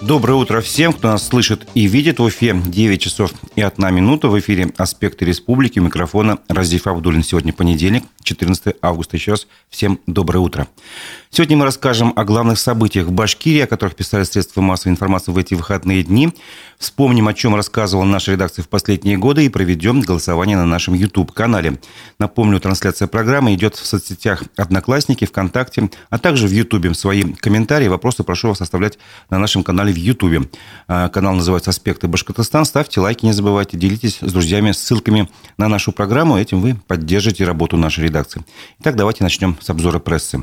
Доброе утро всем, кто нас слышит и видит. В Уфе 9 часов и 1 минута. В эфире «Аспекты республики». У микрофона Разиф Абдуллин. Сегодня понедельник, 14 августа. Еще раз всем доброе утро. Сегодня мы расскажем о главных событиях в Башкирии, о которых писали средства массовой информации в эти выходные дни. Вспомним, о чем рассказывала наша редакция в последние годы, и проведем голосование на нашем YouTube-канале. Напомню, трансляция программы идет в соцсетях «Одноклассники», ВКонтакте, а также в YouTube. Свои комментарии, вопросы прошу вас оставлять на нашем канале в YouTube. Канал называется «Аспекты Башкортостан». Ставьте лайки, не забывайте, делитесь с друзьями ссылками на нашу программу. Этим вы поддержите работу нашей редакции. Итак, давайте начнем с обзора прессы.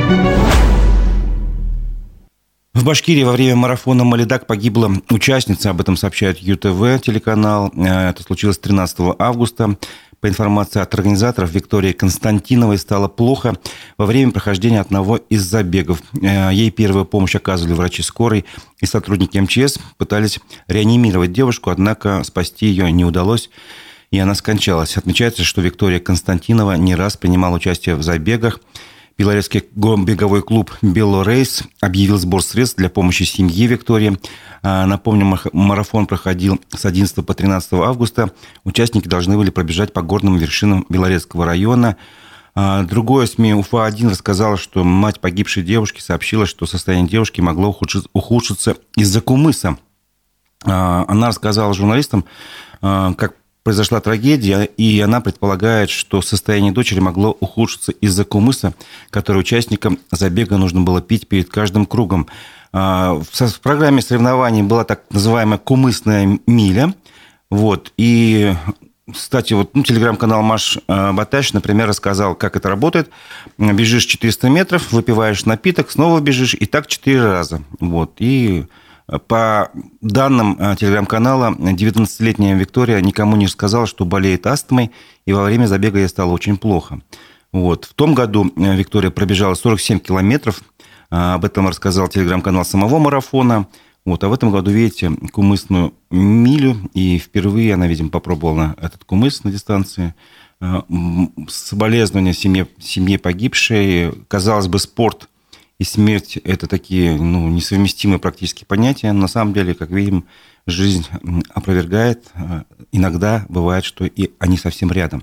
В Башкирии во время марафона «Малидак» погибла участница, об этом сообщает ЮТВ телеканал. Это случилось 13 августа. По информации от организаторов, Виктории Константиновой стало плохо во время прохождения одного из забегов. Ей первую помощь оказывали врачи скорой и сотрудники МЧС. Пытались реанимировать девушку, однако спасти ее не удалось, и она скончалась. Отмечается, что Виктория Константинова не раз принимала участие в забегах. Белорецкий беговой клуб «Белорейс» объявил сбор средств для помощи семье Виктории. Напомню, марафон проходил с 11 по 13 августа. Участники должны были пробежать по горным вершинам Белорецкого района. Другое СМИ «Уфа-1» рассказало, что мать погибшей девушки сообщила, что состояние девушки могло ухудшиться из-за кумыса. Она рассказала журналистам, как произошла трагедия, и она предполагает, что состояние дочери могло ухудшиться из-за кумыса, который участникам забега нужно было пить перед каждым кругом. В программе соревнований была так называемая кумысная миля. И, кстати, телеграм-канал Маш Баташ, например, рассказал, как это работает. Бежишь 400 метров, выпиваешь напиток, снова бежишь, и так 4 раза. И по данным телеграм-канала, 19-летняя Виктория никому не сказала, что болеет астмой, и во время забега ей стало очень плохо. В том году Виктория пробежала 47 километров. Об этом рассказал телеграм-канал самого марафона. А в этом году, видите, кумысную милю. И впервые она, видимо, попробовала этот кумыс на дистанции. Соболезнования семье погибшей. Казалось бы, спорт и смерть – это такие несовместимые практически понятия. Но на самом деле, как видим, жизнь опровергает. Иногда бывает, что и они совсем рядом.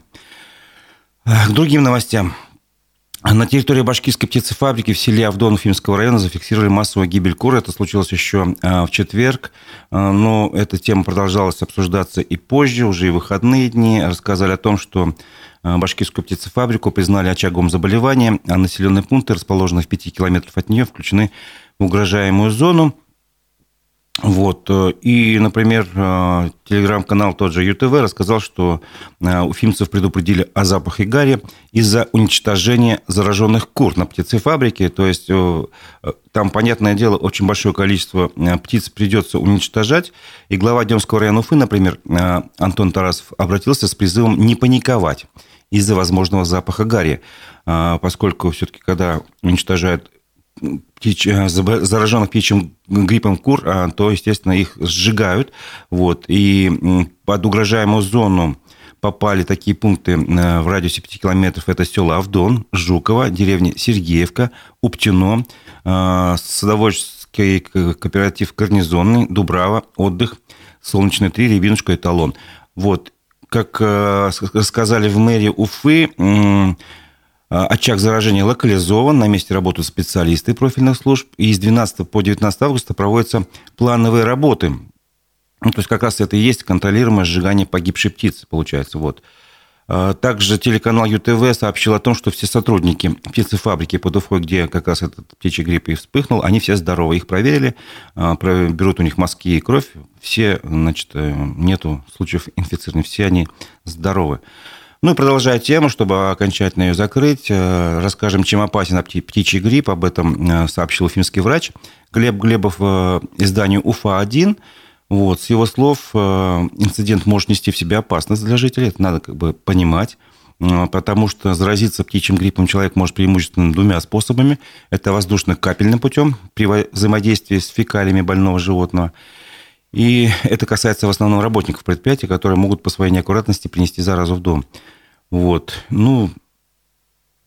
К другим новостям. На территории башкирской птицефабрики в селе Авдон Уфимского района зафиксировали массовую гибель кур. Это случилось еще в четверг. Но эта тема продолжалась обсуждаться и позже, уже и в выходные дни. Рассказали о том, что башкирскую птицефабрику признали очагом заболевания, а населенные пункты, расположенные в 5 километрах от нее, включены в угрожаемую зону. И, например, телеграм-канал тот же ЮТВ рассказал, что уфимцев предупредили о запахе гари из-за уничтожения зараженных кур на птицефабрике. То есть там, понятное дело, очень большое количество птиц придется уничтожать. И глава Демского района Уфы, например, Антон Тарасов, обратился с призывом не паниковать из-за возможного запаха гари, поскольку все-таки, когда уничтожают зараженных птичьим гриппом кур, то, естественно, их сжигают. И под угрожаемую зону попали такие пункты в радиусе 5 километров. Это села Авдон, Жуково, деревни Сергеевка, Уптино, садоводческий кооператив «Гарнизонный», Дубрава, Отдых, Солнечный 3, Рябинушка, Эталон. Как сказали в мэрии Уфы, очаг заражения локализован, на месте работают специалисты профильных служб, и с 12 по 19 августа проводятся плановые работы. То есть как раз это и есть контролируемое сжигание погибшей птицы, получается. Также телеканал ЮТВ сообщил о том, что все сотрудники птицефабрики под Уфой, где как раз этот птичий грипп и вспыхнул, они все здоровы. Их проверили, берут у них мазки и кровь. Все, нету случаев инфицирования, все они здоровы. И продолжая тему, чтобы окончательно ее закрыть, расскажем, чем опасен птичий грипп. Об этом сообщил уфимский врач Глеб Глебов изданию «Уфа-1». С его слов, инцидент может нести в себе опасность для жителей. Это надо понимать, потому что заразиться птичьим гриппом человек может преимущественно 2 способами. Это воздушно-капельным путем при взаимодействии с фекалиями больного животного. И это касается в основном работников предприятия, которые могут по своей неаккуратности принести заразу в дом.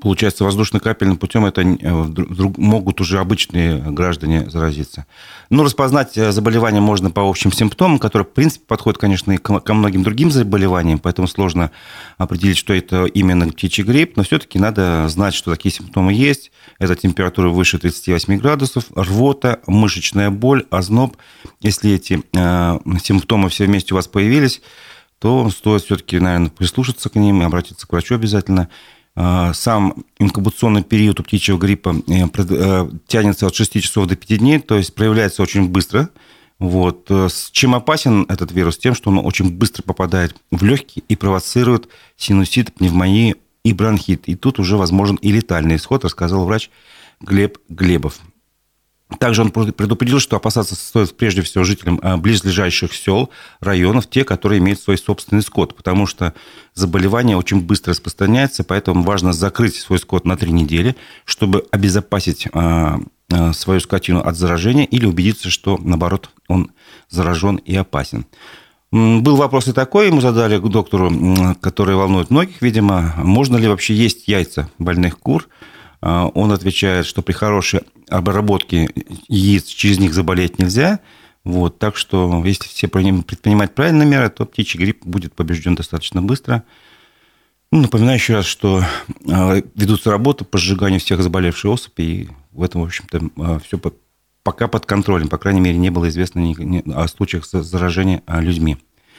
получается, воздушно-капельным путем это могут уже обычные граждане заразиться. Но распознать заболевание можно по общим симптомам, которые, в принципе, подходят, конечно, и ко многим другим заболеваниям, поэтому сложно определить, что это именно птичий грипп, но все-таки надо знать, что такие симптомы есть. Это температура выше 38 градусов, рвота, мышечная боль, озноб. Если эти симптомы все вместе у вас появились, то стоит все-таки, наверное, прислушаться к ним и обратиться к врачу обязательно. Сам инкубационный период у птичьего гриппа тянется от 6 часов до 5 дней, то есть проявляется очень быстро. Вот. Чем опасен этот вирус? Тем, что он очень быстро попадает в легкие и провоцирует синусит, пневмонию и бронхит. И тут уже возможен и летальный исход, рассказал врач Глеб Глебов. Также он предупредил, что опасаться стоит прежде всего жителям близлежащих сел, районов, те, которые имеют свой собственный скот, потому что заболевание очень быстро распространяется, поэтому важно закрыть свой скот на 3 недели, чтобы обезопасить свою скотину от заражения или убедиться, что, наоборот, он заражен и опасен. Был вопрос и такой, ему задали к доктору, который волнует многих, видимо, можно ли вообще есть яйца больных кур. Он отвечает, что при хорошей обработке яиц через них заболеть нельзя. Вот, так что, если все предпринимать правильные меры, то птичий грипп будет побежден достаточно быстро. Напоминаю еще раз, что ведутся работы по сжиганию всех заболевших особей. И в этом, в общем-то, все пока под контролем. По крайней мере, не было известно о случаях заражения людьми.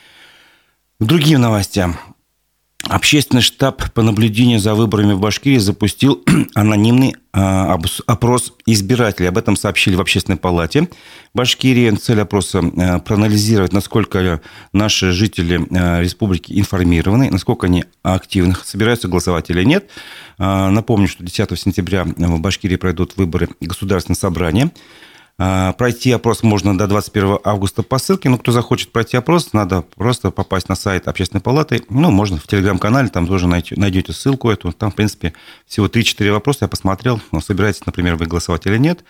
К другим новостям. Общественный штаб по наблюдению за выборами в Башкирии запустил анонимный опрос избирателей. Об этом сообщили в Общественной палате Башкирии. Цель опроса – проанализировать, насколько наши жители республики информированы, насколько они активны, собираются голосовать или нет. Напомню, что 10 сентября в Башкирии пройдут выборы Государственного собрания. Пройти опрос можно до 21 августа по ссылке. Но кто захочет пройти опрос, надо просто попасть на сайт Общественной палаты. Можно в Телеграм-канале, там тоже найдете ссылку эту. Там, в принципе, всего 3-4 вопроса я посмотрел. Собираетесь, например, вы голосовать или нет.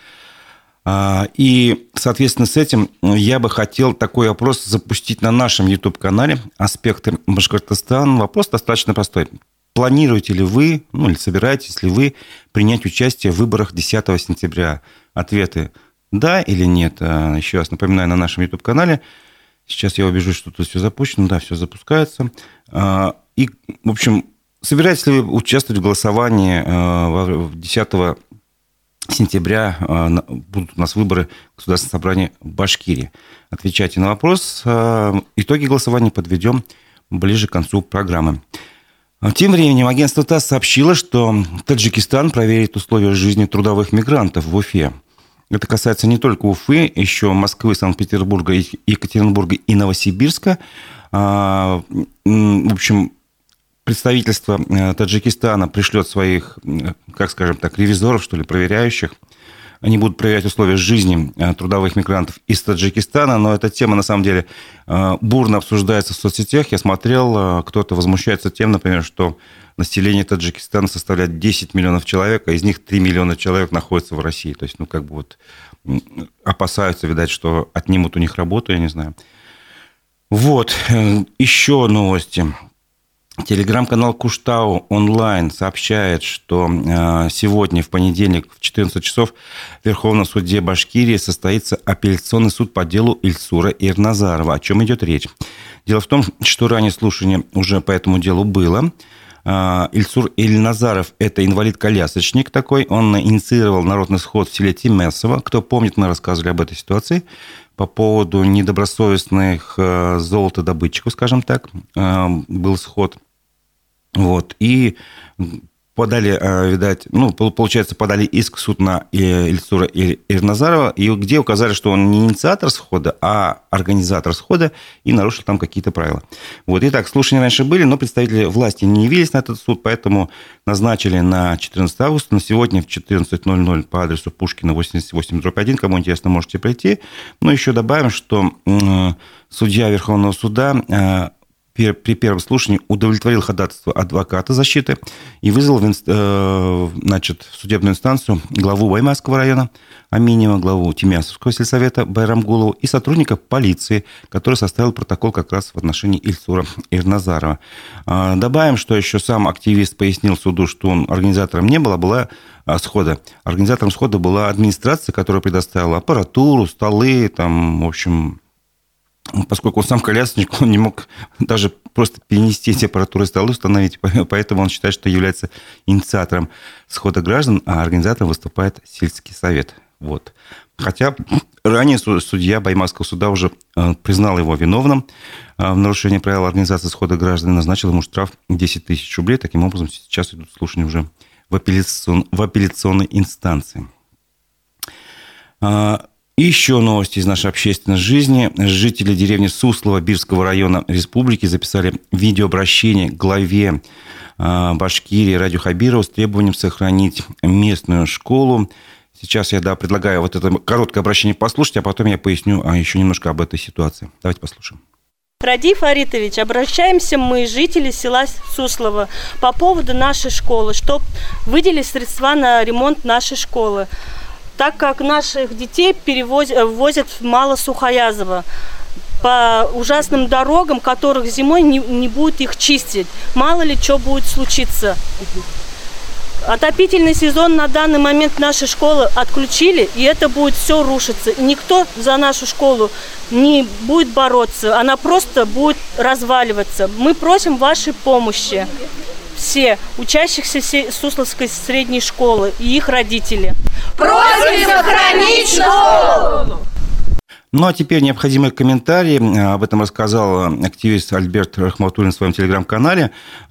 И, соответственно, с этим я бы хотел такой опрос запустить на нашем YouTube-канале «Аспекты Башкортостана». Вопрос достаточно простой. Планируете ли вы, или собираетесь ли вы принять участие в выборах 10 сентября? Ответы – да или нет? Еще раз напоминаю, на нашем YouTube-канале. Сейчас я убежусь, что тут все запущено. Да, все запускается. И, в общем, собираетесь ли вы участвовать в голосовании 10 сентября? Будут у нас выборы Государственного собрания в Башкирии. Отвечайте на вопрос. Итоги голосования подведем ближе к концу программы. Тем временем агентство ТАСС сообщило, что Таджикистан проверит условия жизни трудовых мигрантов в Уфе. Это касается не только Уфы, еще Москвы, Санкт-Петербурга, Екатеринбурга и Новосибирска. В общем, представительство Таджикистана пришлет своих, ревизоров, что ли, проверяющих. Они будут проверять условия жизни трудовых мигрантов из Таджикистана, но эта тема, на самом деле, бурно обсуждается в соцсетях. Я смотрел, кто-то возмущается тем, например, что население Таджикистана составляет 10 миллионов человек, а из них 3 миллиона человек находятся в России. То есть, опасаются, видать, что отнимут у них работу, я не знаю. Еще новости. Телеграм-канал Куштау онлайн сообщает, что сегодня, в понедельник, в 14 часов в Верховном суде Башкирии состоится апелляционный суд по делу Ильсура Ирназарова. О чем идет речь? Дело в том, что ранее слушание уже по этому делу было. Ильсур Ирназаров – это инвалид-колясочник такой. Он инициировал народный сход в селе Тимесово. Кто помнит, мы рассказывали об этой ситуации по поводу недобросовестных золотодобытчиков, скажем так. Был сход. И подали, подали иск в суд на Ильсура Ирназарова, и где указали, что он не инициатор схода, а организатор схода, и нарушил там какие-то правила. Итак, слушания раньше были, но представители власти не явились на этот суд, поэтому назначили на 14 августа, на сегодня в 14:00 по адресу Пушкина, 88/1. Кому интересно, можете прийти. Но еще добавим, что судья Верховного суда при первом слушании удовлетворил ходатайство адвоката защиты и вызвал в судебную инстанцию главу Баймакского района Аминева, главу Тимясовского сельсовета Байрамгулову и сотрудника полиции, который составил протокол как раз в отношении Ильсура Ирназарова. Добавим, что еще сам активист пояснил суду, что он организатором не был, а была схода. Организатором схода была администрация, которая предоставила аппаратуру, столы, там, в общем... Поскольку он сам колясочник, он не мог даже просто перенести эти аппаратуры и столы установить, поэтому он считает, что является инициатором схода граждан, а организатором выступает сельский совет. Вот. Хотя ранее судья Баймакского суда уже признал его виновным в нарушении правил организации схода граждан и назначил ему штраф 10 тысяч рублей. Таким образом, сейчас идут слушания уже в апелляционной инстанции. И еще новости из нашей общественной жизни. Жители деревни Суслово Бирского района республики записали видеообращение к главе Башкирии Радю Хабирову с требованием сохранить местную школу. Сейчас я предлагаю вот это короткое обращение послушать, а потом я поясню еще немножко об этой ситуации. Давайте послушаем. Ради Фаритович, обращаемся мы, жители села Суслово, по поводу нашей школы, чтобы выделить средства на ремонт нашей школы. Так как наших детей возят в Мало-Сухоязово по ужасным дорогам, которых зимой не будут их чистить. Мало ли что будет случиться. Отопительный сезон на данный момент нашей школы отключили, и это будет все рушиться. И никто за нашу школу не будет бороться, она просто будет разваливаться. Мы просим вашей помощи. Все учащихся Сусловской средней школы и их родители. Просим сохранить школу! Ну, а теперь необходимые комментарии. Об этом рассказал активист Альберт Рахматуллин в своем телеграм-канале.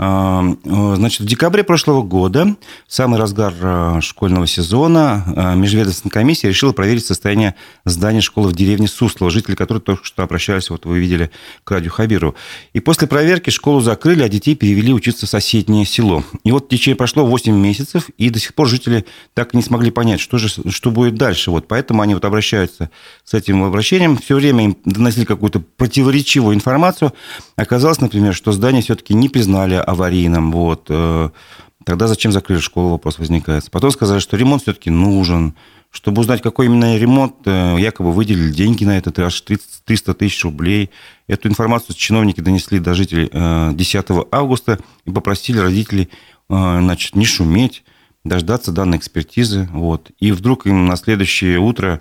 Значит, в декабре прошлого года, в самый разгар школьного сезона, межведомственная комиссия решила проверить состояние здания школы в деревне Суслово, жители которой только что обращались, вот вы видели, к Радю Хабирову. И после проверки школу закрыли, а детей перевели учиться в соседнее село. И вот в течение прошло 8 месяцев, и до сих пор жители так и не смогли понять, что будет дальше. Вот поэтому они вот обращаются с этим обращением. Все время им доносили какую-то противоречивую информацию. Оказалось, например, что здание все-таки не признали аварийным. Вот. Тогда зачем закрыли школу, вопрос возникает. Потом сказали, что ремонт все-таки нужен. Чтобы узнать, какой именно ремонт, якобы выделили деньги на этот раз, 300 тысяч рублей. Эту информацию чиновники донесли до жителей 10 августа и попросили родителей не шуметь, дождаться данной экспертизы. Вот. И вдруг им на следующее утро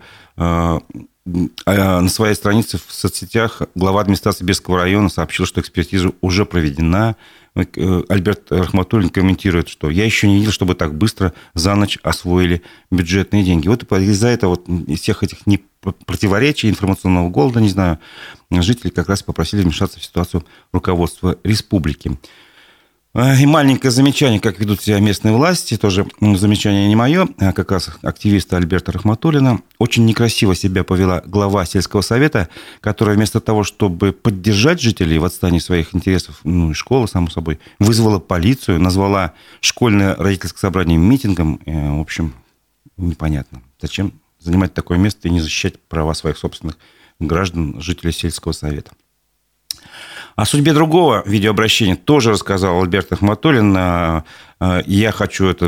на своей странице в соцсетях глава администрации Бирского района сообщил, что экспертиза уже проведена. Альберт Рахматуллин комментирует, что я еще не видел, чтобы так быстро за ночь освоили бюджетные деньги. Вот из-за этого, из всех этих противоречий, информационного голода, не знаю, жители как раз попросили вмешаться в ситуацию руководства республики. И маленькое замечание, как ведут себя местные власти, тоже замечание не мое, а как раз активиста Альберта Рахматуллина. Очень некрасиво себя повела глава сельского совета, которая вместо того, чтобы поддержать жителей в отстаивании своих интересов, и школы, само собой, вызвала полицию, назвала школьное родительское собрание митингом. В общем, непонятно, зачем занимать такое место и не защищать права своих собственных граждан, жителей сельского совета. О судьбе другого видеообращения тоже рассказал Альберт Рахматуллин. Я хочу это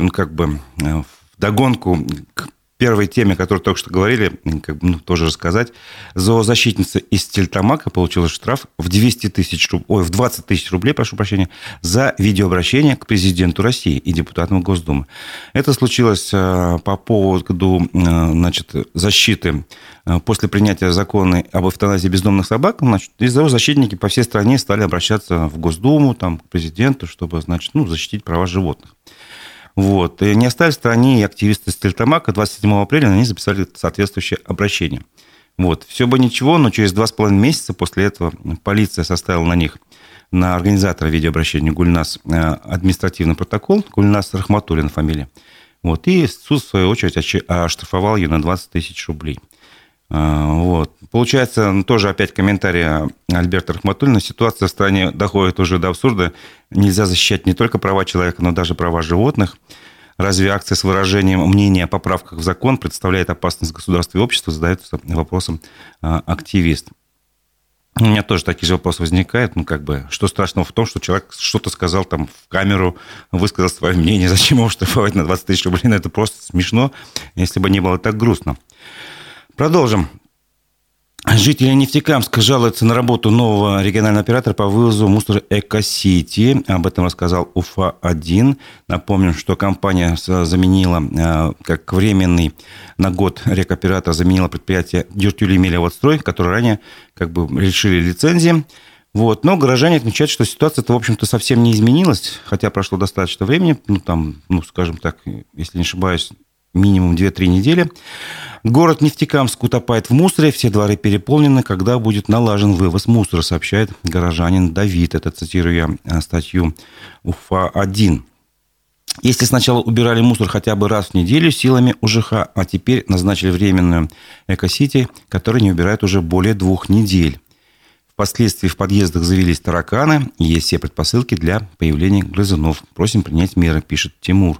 вдогонку к первой теме, о которой только что говорили, тоже рассказать. Зоозащитница из Стерлитамака получила штраф в 20 тысяч рублей, прошу прощения, за видеообращение к президенту России и депутатам Госдумы. Это случилось по поводу защиты после принятия закона об эвтаназии бездомных собак. И зоозащитники по всей стране стали обращаться в Госдуму, к президенту, чтобы защитить права животных. Вот. И не оставили в стороне и активисты Стерлитамака. 27 апреля они записали соответствующее обращение. Вот. Все бы ничего, но через 2,5 месяца после этого полиция составила на них, на организатора видеообращения Гульнас, административный протокол. Гульнас Рахматуллин фамилия. Вот. И суд, в свою очередь, оштрафовал ее на 20 тысяч рублей. Вот. Получается, тоже опять комментарий Альберта Рахматуллина. Ситуация в стране доходит уже до абсурда. Нельзя защищать не только права человека, но даже права животных. Разве акция с выражением мнения о поправках в закон представляет опасность государству и обществу? Задается вопросом активист. У меня тоже такие же вопросы возникают. Что страшного в том, что человек что-то сказал там в камеру, высказал свое мнение. Зачем его штрафовать на 20 тысяч рублей? Это просто смешно, если бы не было так грустно. Продолжим. Жители Нефтекамска жалуются на работу нового регионального оператора по вывозу мусора «Эко-Сити». Об этом рассказал УФА-1. Напомним, что компания заменила, как временный на год рекоператор, заменила предприятие «Дюртюли-Мелиаводстрой», которое ранее лишили лицензии. Но горожане отмечают, что ситуация-то, в общем-то, совсем не изменилась, хотя прошло достаточно времени, скажем так, если не ошибаюсь, минимум 2-3 недели. Город Нефтекамск утопает в мусоре, все дворы переполнены. Когда будет налажен вывоз мусора, сообщает горожанин Давид. Это цитирую я статью УФА-1. Если сначала убирали мусор хотя бы раз в неделю силами УЖХ, а теперь назначили временную «Эко-Сити», которая не убирает уже более 2 недель. Впоследствии в подъездах завелись тараканы, и есть все предпосылки для появления грызунов. Просим принять меры, пишет Тимур.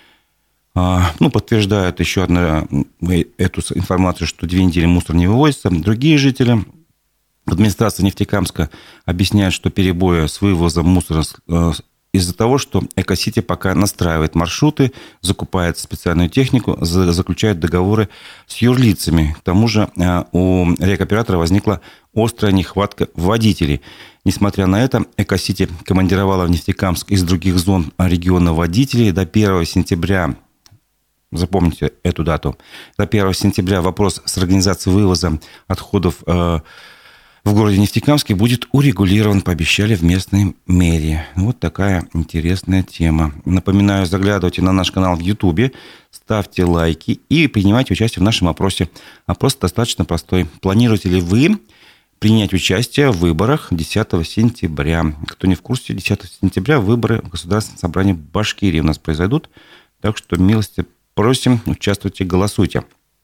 Подтверждают еще эту информацию, что 2 недели мусор не вывозится. Другие жители администрации Нефтекамска объясняют, что перебои с вывозом мусора из-за того, что «Эко-Сити» пока настраивает маршруты, закупает специальную технику, заключает договоры с юрлицами. К тому же у рекоператора возникла острая нехватка водителей. Несмотря на это, «Эко-Сити» командировала в Нефтекамск из других зон региона водителей. До 1 сентября, запомните эту дату, до 1 сентября вопрос с организацией вывоза отходов в городе Нефтекамске будет урегулирован, пообещали в местной мэрии. Вот такая интересная тема. Напоминаю, заглядывайте на наш канал в Ютубе, ставьте лайки и принимайте участие в нашем опросе. Опрос достаточно простой. Планируете ли вы принять участие в выборах 10 сентября? Кто не в курсе, 10 сентября выборы в Государственном собрании Башкирии у нас произойдут. Так что милости просим, участвуйте, голосуйте.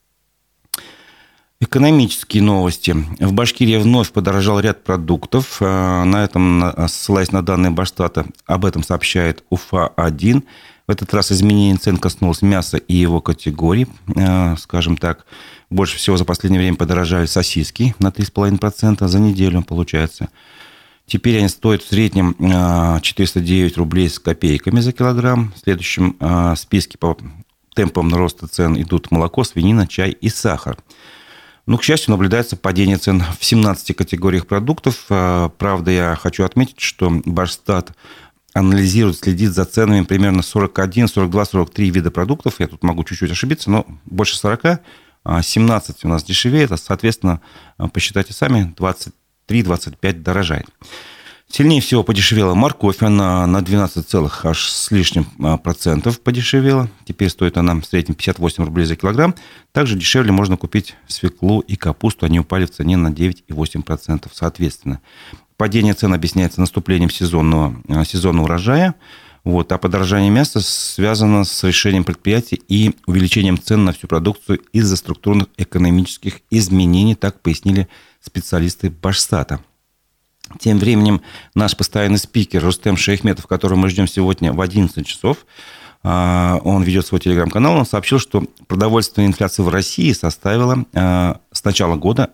Экономические новости. В Башкирии вновь подорожал ряд продуктов. На этом, ссылаясь на данные Башстата, об этом сообщает УФА-1. В этот раз изменение цен коснулось мяса и его категорий. Скажем так, больше всего за последнее время подорожали сосиски на 3,5% за неделю, получается. Теперь они стоят в среднем 409 рублей с копейками за килограмм. В следующем списке по темпам роста цен идут молоко, свинина, чай и сахар. К счастью, наблюдается падение цен в 17 категориях продуктов. Правда, я хочу отметить, что Башстат анализирует, следит за ценами примерно 41, 42, 43 вида продуктов. Я тут могу чуть-чуть ошибиться, но больше 40. 17 у нас дешевеет, а, соответственно, посчитайте сами, 23-25 дорожает. Сильнее всего подешевела морковь, она на 12 аж с лишним процентов подешевела. Теперь стоит она в среднем 58 рублей за килограмм. Также дешевле можно купить свеклу и капусту. Они упали в цене на 9,8% соответственно. Падение цен объясняется наступлением сезонного урожая. А подорожание мяса связано с решением предприятий и увеличением цен на всю продукцию из-за структурных экономических изменений, так пояснили специалисты Башстата. Тем временем наш постоянный спикер Рустем Шаяхметов, которого мы ждем сегодня в 11 часов, он ведет свой телеграм-канал, он сообщил, что продовольственная инфляция в России составила с начала года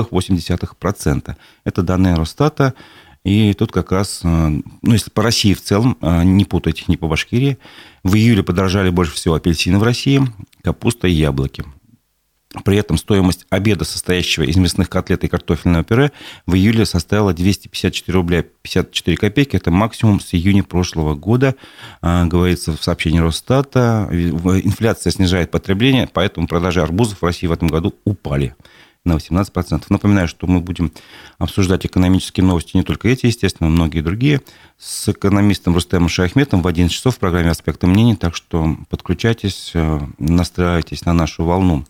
2,8%. Это данные Росстата. И тут как раз, если по России в целом, не путайте их, не по Башкирии, в июле подорожали больше всего апельсины в России, капуста и яблоки. При этом стоимость обеда, состоящего из мясных котлет и картофельного пюре, в июле составила 254 рубля 54 копейки. Это максимум с июня прошлого года, говорится в сообщении Росстата. Инфляция снижает потребление, поэтому продажи арбузов в России в этом году упали на 18%. Напоминаю, что мы будем обсуждать экономические новости, не только эти, естественно, но многие другие, с экономистом Рустемом Шаяхметовым в 11 часов в программе «Аспекты мнений». Так что подключайтесь, настраивайтесь на нашу волну.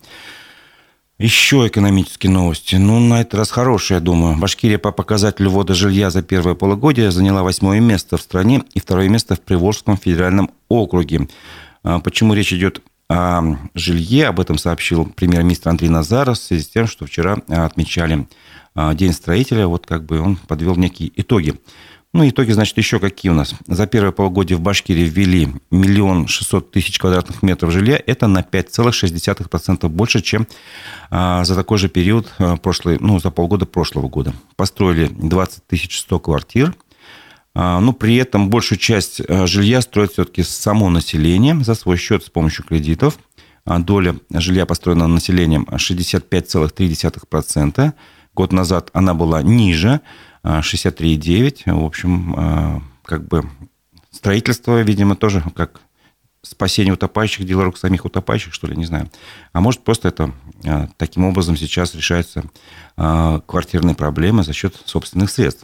Еще экономические новости. На этот раз хорошие, я думаю. Башкирия по показателю ввода жилья за первое полугодие заняла 8 место в стране и 2 место в Приволжском федеральном округе. Почему речь идет о жилье. Об этом сообщил премьер-министр Андрей Назаров в связи с тем, что вчера отмечали День строителя. Вот как бы он подвел некие итоги. Ну, итоги, значит, еще какие у нас. За первое полугодие в Башкирии ввели 1 600 000 квадратных метров жилья. Это на 5,6% больше, чем за такой же период за полгода прошлого года. Построили 20 100 квартир. Но при этом большую часть жилья строит все-таки само население за свой счет с помощью кредитов. Доля жилья, построенного населением, 65,3%. Год назад она была ниже, 63,9%. В общем, как бы строительство, видимо, тоже как спасение утопающих, дело рук самих утопающих, что ли, не знаю. А может, просто это таким образом сейчас решаются квартирные проблемы за счет собственных средств.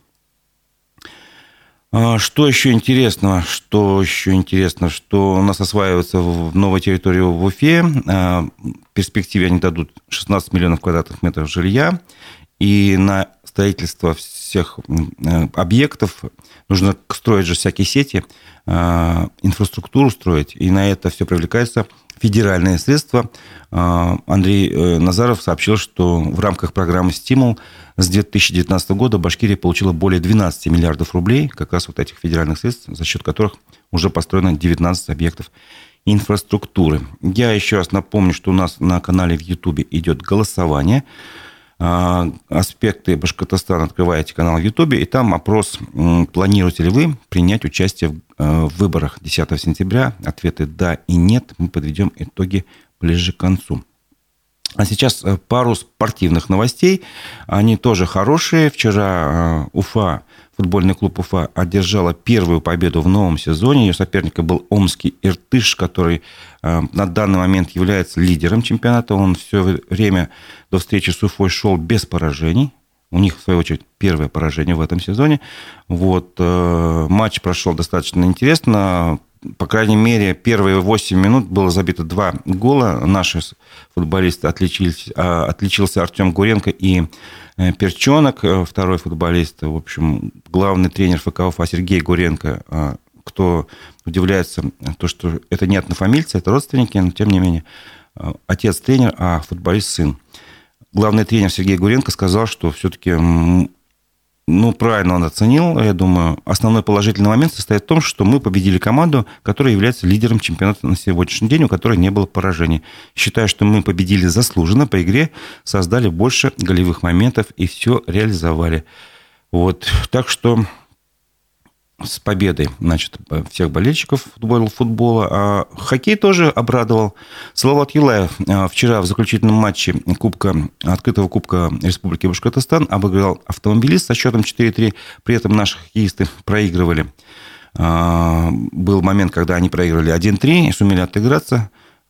Что еще интересно, что у нас осваивается в новой территории в Уфе. В перспективе они дадут 16 миллионов квадратных метров жилья. И на строительство всех объектов нужно строить же всякие сети, инфраструктуру строить. И на это все привлекаются федеральные средства. Андрей Назаров сообщил, что в рамках программы «Стимул» с 2019 года Башкирия получила более 12 миллиардов рублей, как раз вот этих федеральных средств, за счет которых уже построено 19 объектов инфраструктуры. Я еще раз напомню, что у нас на канале в Ютубе идет голосование. «Аспекты Башкортостана» открываете канал в Ютубе, и там опрос, планируете ли вы принять участие в выборах 10 сентября. Ответы «да» и «нет». Мы подведем итоги ближе к концу. А сейчас пару спортивных новостей. Они тоже хорошие. Вчера футбольный клуб Уфа одержала первую победу в новом сезоне. Ее соперником был омский «Иртыш», который на данный момент является лидером чемпионата. Он все время до встречи с Уфой шел без поражений. У них, в свою очередь, первое поражение в этом сезоне. Матч прошел достаточно интересно. По крайней мере, первые 8 минут было забито 2 гола. Наши футболисты отличился Артем Гуренко и Перчонок, второй футболист. В общем, главный тренер ФК Уфа Сергей Гуренко. Кто удивляется, то, что это не однофамильцы, это родственники, но тем не менее, отец тренер, а футболист сын. Главный тренер Сергей Гуренко сказал, что все-таки, правильно он оценил, я думаю. Основной положительный момент состоит в том, что мы победили команду, которая является лидером чемпионата на сегодняшний день, у которой не было поражений. Считаю, что мы победили заслуженно по игре, создали больше голевых моментов и все реализовали. Так что с победой, всех болельщиков футбола. А хоккей тоже обрадовал. Салават Юлаев вчера в заключительном матче открытого кубка Республики Башкортостан обыграл «Автомобилист» со счетом 4-3. При этом наши хоккеисты проигрывали. Был момент, когда они проигрывали 1-3 и сумели отыграться.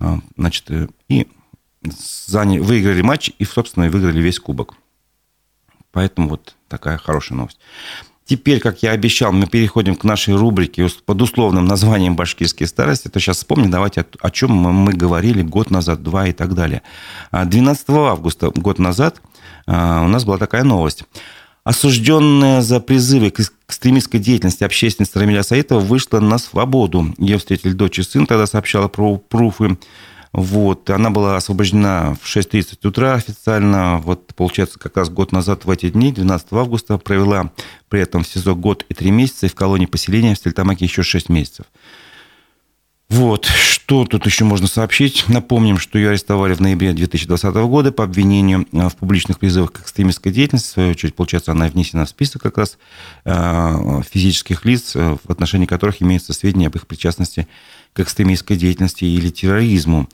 И выиграли матч и, собственно, выиграли весь кубок. Поэтому такая хорошая новость. Теперь, как я обещал, мы переходим к нашей рубрике под условным названием «Башкирские старости». То сейчас вспомним, давайте, о чем мы говорили год назад, 2 и так далее. 12 августа, год назад, у нас была такая новость. Осужденная за призывы к экстремистской деятельности общественница Рамиля Саитова вышла на свободу. Ее встретили дочь и сын, тогда сообщала про пруфы. Она была освобождена в 6:30 утра официально. Получается, как раз год назад в эти дни, 12 августа, провела при этом в СИЗО год и 3 месяца, и в колонии поселения в Стельтамаке еще 6 месяцев. Что тут еще можно сообщить? Напомним, что ее арестовали в ноябре 2020 года по обвинению в публичных призывах к экстремистской деятельности. В свою очередь, получается, она внесена в список как раз физических лиц, в отношении которых имеются сведения об их причастности к экстремистской деятельности или терроризму.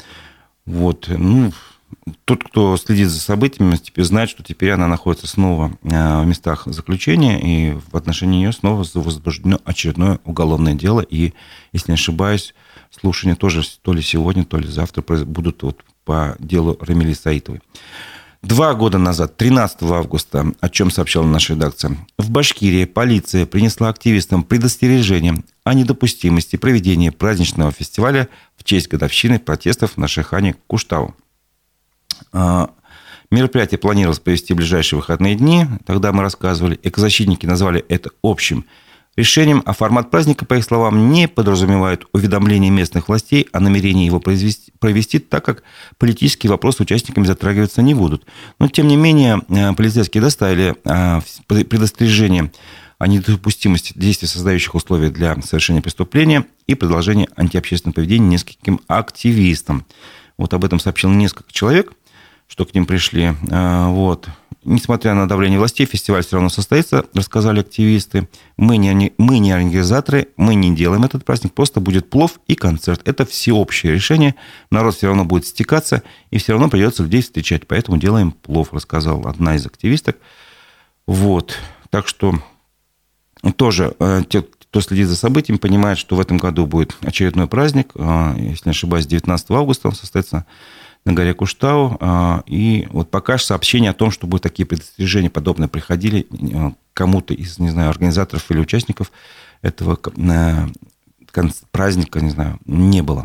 Тот, кто следит за событиями, теперь знает, что теперь она находится снова в местах заключения, и в отношении нее снова возбуждено очередное уголовное дело. И, если не ошибаюсь, слушания тоже то ли сегодня, то ли завтра будут по делу Рамили Саитовой. 2 года назад, 13 августа, о чем сообщала наша редакция, в Башкирии полиция принесла активистам предостережение о недопустимости проведения праздничного фестиваля в честь годовщины протестов на Шихане Куштау. Мероприятие планировалось провести в ближайшие выходные дни. Тогда мы рассказывали. Экозащитники назвали это общим решением, а формат праздника, по их словам, не подразумевает уведомление местных властей о намерении его провести, так как политические вопросы участниками затрагиваться не будут. Но, тем не менее, полицейские доставили предостережение о недопустимости действий, создающих условия для совершения преступления, и продолжения антиобщественного поведения нескольким активистам. Вот об этом сообщил несколько человек, что к ним пришли. Вот. Несмотря на давление властей, фестиваль все равно состоится, рассказали активисты. Мы не организаторы, мы не делаем этот праздник, просто будет плов и концерт. Это всеобщее решение, народ все равно будет стекаться, и все равно придется людей встречать, поэтому делаем плов, рассказала одна из активисток. Вот. Так что тоже те, кто следит за событиями, понимает, что в этом году будет очередной праздник, если не ошибаюсь, 19 августа он состоится на горе Куштау. И вот пока же сообщения о том, что будут такие предостережения подобные, приходили кому-то из, не знаю, организаторов или участников этого праздника, не знаю, не было.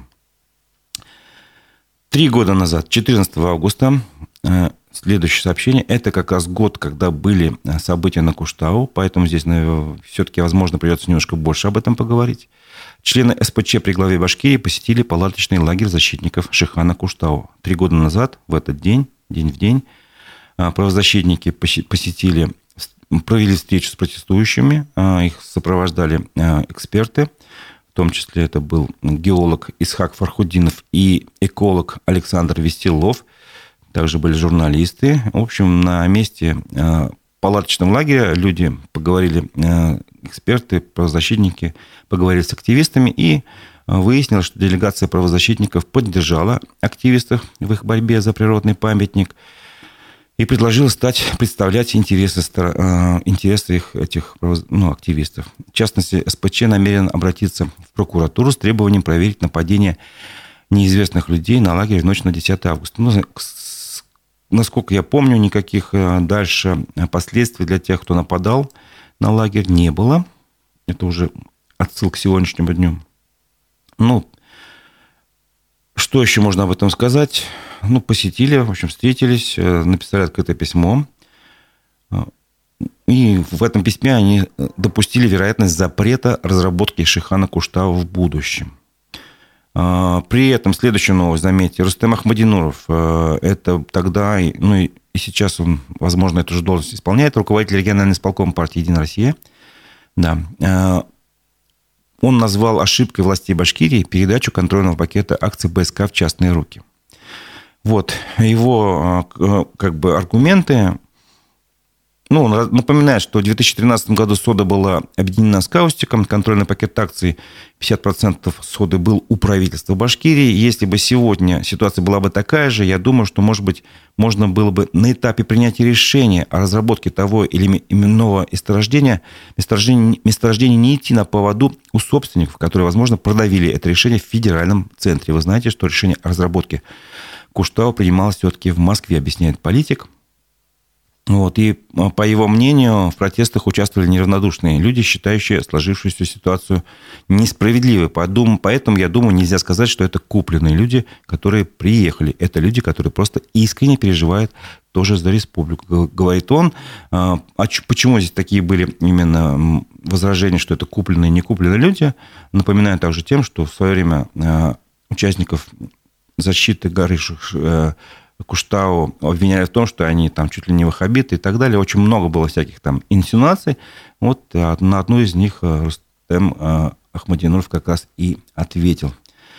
3 года назад, 14 августа, следующее сообщение, это как раз год, когда были события на Куштау, поэтому здесь, наверное, все-таки, возможно, придется немножко больше об этом поговорить. Члены СПЧ при главе Башкирии посетили палаточный лагерь защитников Шихана Куштау. 3 года назад, в этот день, день в день, правозащитники провели встречу с протестующими, их сопровождали эксперты, в том числе это был геолог Исхак Фархудинов и эколог Александр Вестилов, также были журналисты. В общем, на месте палаточного лагеря люди поговорили, эксперты, правозащитники поговорили с активистами, и выяснилось, что делегация правозащитников поддержала активистов в их борьбе за природный памятник и предложила представлять интересы этих активистов. В частности, СПЧ намерен обратиться в прокуратуру с требованием проверить нападение неизвестных людей на лагерь в ночь на 10 августа. Насколько я помню, никаких дальше последствий для тех, кто нападал на лагерь, не было. Это уже отсылка к сегодняшнему дню. Что еще можно об этом сказать? Посетили, в общем, встретились, написали открытое письмо. И в этом письме они допустили вероятность запрета разработки Шихана Куштау в будущем. При этом следующая новость, заметьте, Рустем Ахмадинуров, это тогда, и сейчас он, возможно, эту же должность исполняет, руководитель регионального исполкома партии «Единая Россия». Да. Он назвал ошибкой властей Башкирии передачу контрольного пакета акций БСК в частные руки. Вот его аргументы. Он напоминает, что в 2013 году сода была объединена с Каустиком, контрольный пакет акций 50% соды был у правительства Башкирии. Если бы сегодня ситуация была бы такая же, я думаю, что, может быть, можно было бы на этапе принятия решения о разработке того или иного месторождения не идти на поводу у собственников, которые, возможно, продавили это решение в федеральном центре. Вы знаете, что решение о разработке Куштау принималось все-таки в Москве, объясняет политик. И по его мнению, в протестах участвовали неравнодушные люди, считающие сложившуюся ситуацию несправедливой. Поэтому, я думаю, нельзя сказать, что это купленные люди, которые приехали. Это люди, которые просто искренне переживают тоже за республику. Говорит он. Почему здесь такие были именно возражения, что это купленные и не купленные люди? Напоминаю также тем, что в свое время участников защиты горы Куштау обвиняли в том, что они там чуть ли не ваххабиты и так далее. Очень много было всяких там инсинуаций. На одну из них Рустем Ахмадинуров как раз и ответил.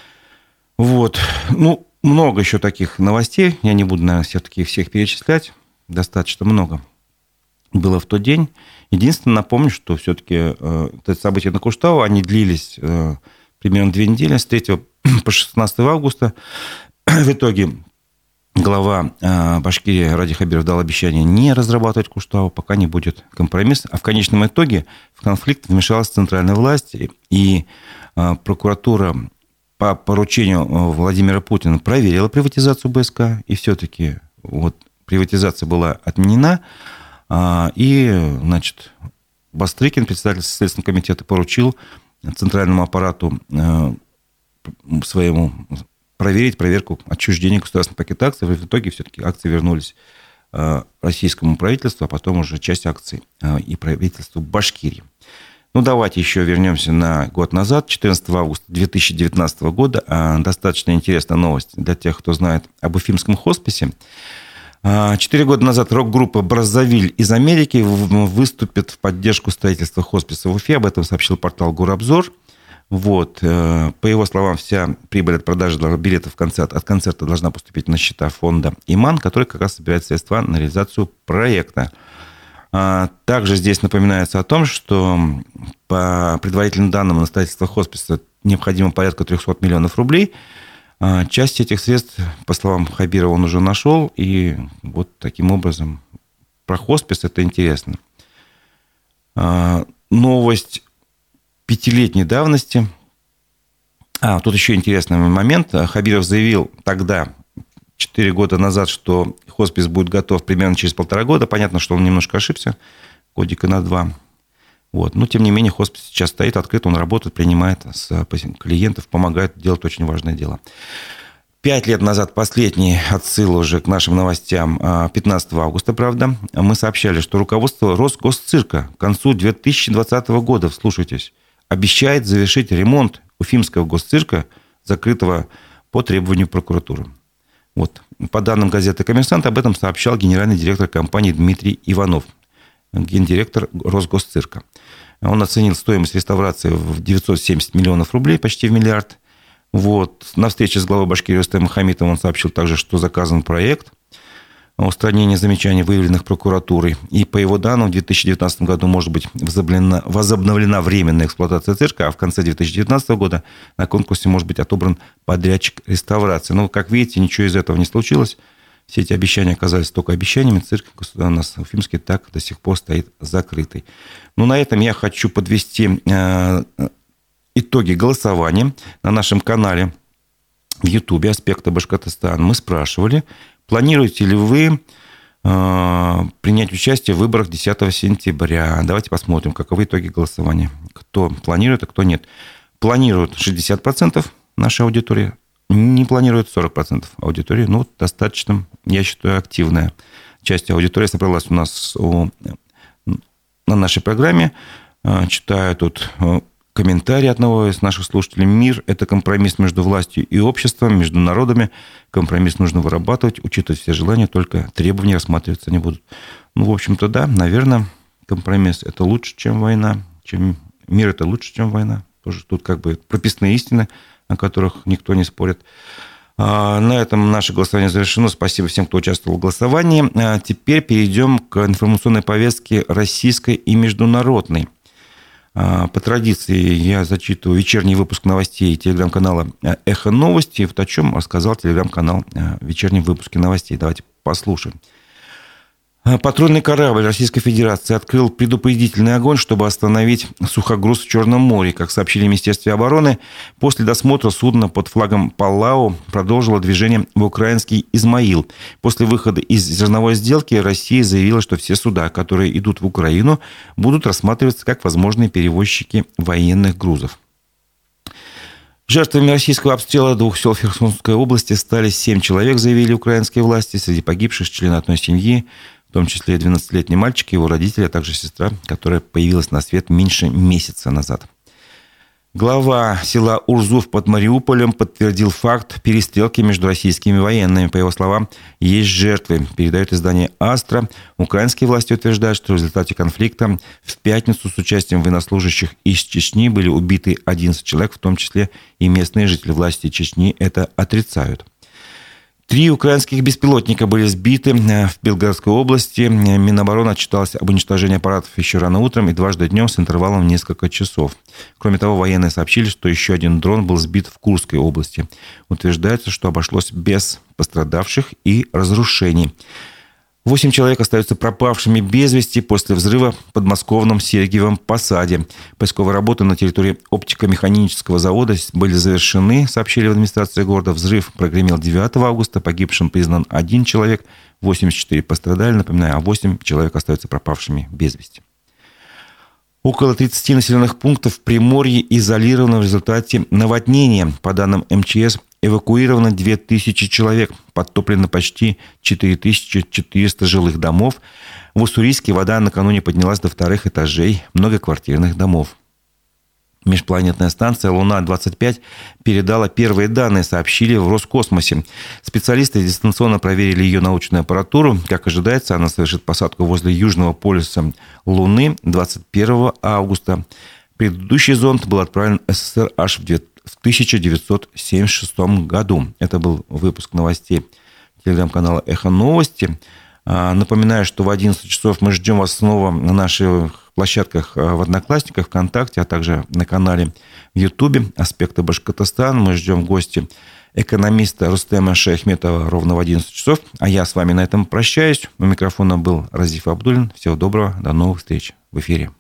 Много еще таких новостей. Я не буду, наверное, все-таки всех перечислять. Достаточно много было в тот день. Единственное, напомню, что все-таки эти события на Куштау, они длились примерно 2 недели, с 3 по 16 августа. В итоге глава Башкирии Ради Хабиров дал обещание не разрабатывать Куштау, пока не будет компромисса. А в конечном итоге в конфликт вмешалась центральная власть, и прокуратура по поручению Владимира Путина проверила приватизацию БСК, и все-таки приватизация была отменена. И, Бастрыкин, председатель Следственного комитета, поручил центральному аппарату своему проверить проверку отчуждения государственного пакета акций. В итоге все-таки акции вернулись российскому правительству, а потом уже часть акций и правительству Башкирии. Ну, давайте еще вернемся на год назад, 14 августа 2019 года. Достаточно интересная новость для тех, кто знает об Уфимском хосписе. 4 года назад рок-группа «Браззавиль» из Америки выступит в поддержку строительства хосписа в Уфе. Об этом сообщил портал «Горобзор». Вот. По его словам, вся прибыль от продажи билетов от концерта должна поступить на счета фонда «Иман», который как раз собирает средства на реализацию проекта. Также здесь напоминается о том, что по предварительным данным на строительство хосписа необходимо порядка 300 миллионов рублей. Часть этих средств, по словам Хабирова, он уже нашел. И вот таким образом про хоспис это интересно. Новость 5-летней давности. Тут еще интересный момент. Хабиров заявил тогда, 4 года назад, что хоспис будет готов примерно через 1,5 года. Понятно, что он немножко ошибся, годика на 2. Вот. Но, тем не менее, хоспис сейчас стоит открыт, он работает, принимает клиентов, помогает делать очень важное дело. 5 лет назад, последний отсыл уже к нашим новостям, 15 августа, правда, мы сообщали, что руководство Росгосцирка к концу 2020 года, вслушайтесь, обещает завершить ремонт Уфимского госцирка, закрытого по требованию прокуратуры. Вот. По данным газеты «Коммерсант», об этом сообщал генеральный директор компании Дмитрий Иванов, гендиректор Росгосцирка. Он оценил стоимость реставрации в 970 миллионов рублей, почти в миллиард. Вот. На встрече с главой Башкирии Рустемом Хамитовым он сообщил также, что заказан проект устранения замечаний, выявленных прокуратурой. И по его данным, в 2019 году может быть возобновлена временная эксплуатация цирка, а в конце 2019 года на конкурсе может быть отобран подрядчик реставрации. Но, как видите, ничего из этого не случилось. Все эти обещания оказались только обещаниями. Цирк у нас Уфимский так до сих пор стоит закрытый. Ну, на этом я хочу подвести итоги голосования на нашем канале в Ютубе «Аспекты Башкортостана». Мы спрашивали, планируете ли вы принять участие в выборах 10 сентября? Давайте посмотрим, каковы итоги голосования. Кто планирует, а кто нет. Планируют 60% нашей аудитории, не планируют 40% аудитории. Ну, достаточно, я считаю, активная часть аудитории собралась у нас на нашей программе. Читаю тут комментарий одного из наших слушателей. Мир – это компромисс между властью и обществом, между народами. Компромисс нужно вырабатывать, учитывать все желания, только требования рассматриваться не будут. Ну, в общем-то, да, наверное, компромисс – это лучше, чем война. Мир – это лучше, чем война. Тоже тут как бы прописные истины, о которых никто не спорит. На этом наше голосование завершено. Спасибо всем, кто участвовал в голосовании. Теперь перейдем к информационной повестке российской и международной. По традиции я зачитываю вечерний выпуск новостей телеграм-канала «Эхо Новости». Вот о чем рассказал телеграм-канал в вечернем выпуске новостей. Давайте послушаем. Патрульный корабль Российской Федерации открыл предупредительный огонь, чтобы остановить сухогруз в Черном море. Как сообщили в Министерстве обороны, после досмотра судно под флагом Палау продолжило движение в украинский Измаил. После выхода из зерновой сделки Россия заявила, что все суда, которые идут в Украину, будут рассматриваться как возможные перевозчики военных грузов. Жертвами российского обстрела 2 сел в Херсонской области стали 7 человек, заявили украинские власти. Среди погибших члены одной семьи, в том числе 12-летний мальчик, его родители, а также сестра, которая появилась на свет меньше месяца назад. Глава села Урзув под Мариуполем подтвердил факт перестрелки между российскими военными. По его словам, есть жертвы, передает издание «Астра». Украинские власти утверждают, что в результате конфликта в пятницу с участием военнослужащих из Чечни были убиты 11 человек, в том числе и местные жители. Власти Чечни это отрицают. 3 украинских беспилотника были сбиты в Белгородской области. Минобороны отчиталось об уничтожении аппаратов еще рано утром и дважды днем с интервалом в несколько часов. Кроме того, военные сообщили, что еще один дрон был сбит в Курской области. Утверждается, что обошлось без пострадавших и разрушений. 8 человек остаются пропавшими без вести после взрыва в подмосковном Сергиевом Посаде. Поисковые работы на территории оптико-механического завода были завершены, сообщили в администрации города. Взрыв прогремел 9 августа. Погибшим признан 1 человек, 84 пострадали. Напоминаю, а 8 человек остаются пропавшими без вести. Около 30 населенных пунктов в Приморье изолированы в результате наводнения. По данным МЧС, эвакуировано 2000 человек, подтоплено почти 4400 жилых домов. В Уссурийске вода накануне поднялась до 2 этажей многоквартирных домов. Межпланетная станция «Луна-25» передала первые данные, сообщили в Роскосмосе. Специалисты дистанционно проверили ее научную аппаратуру. Как ожидается, она совершит посадку возле южного полюса Луны 21 августа. Предыдущий зонд был отправлен в СССР аж в 1976 году. Это был выпуск новостей телеграм-канала «Эхо Новости». Напоминаю, что в 11 часов мы ждем вас снова на наших площадках в Одноклассниках, ВКонтакте, а также на канале в Ютубе «Аспекты Башкортостана». Мы ждем гостя экономиста Рустема Шаяхметова ровно в 11 часов. А я с вами на этом прощаюсь. У микрофона был Разиф Абдуллин. Всего доброго, до новых встреч в эфире.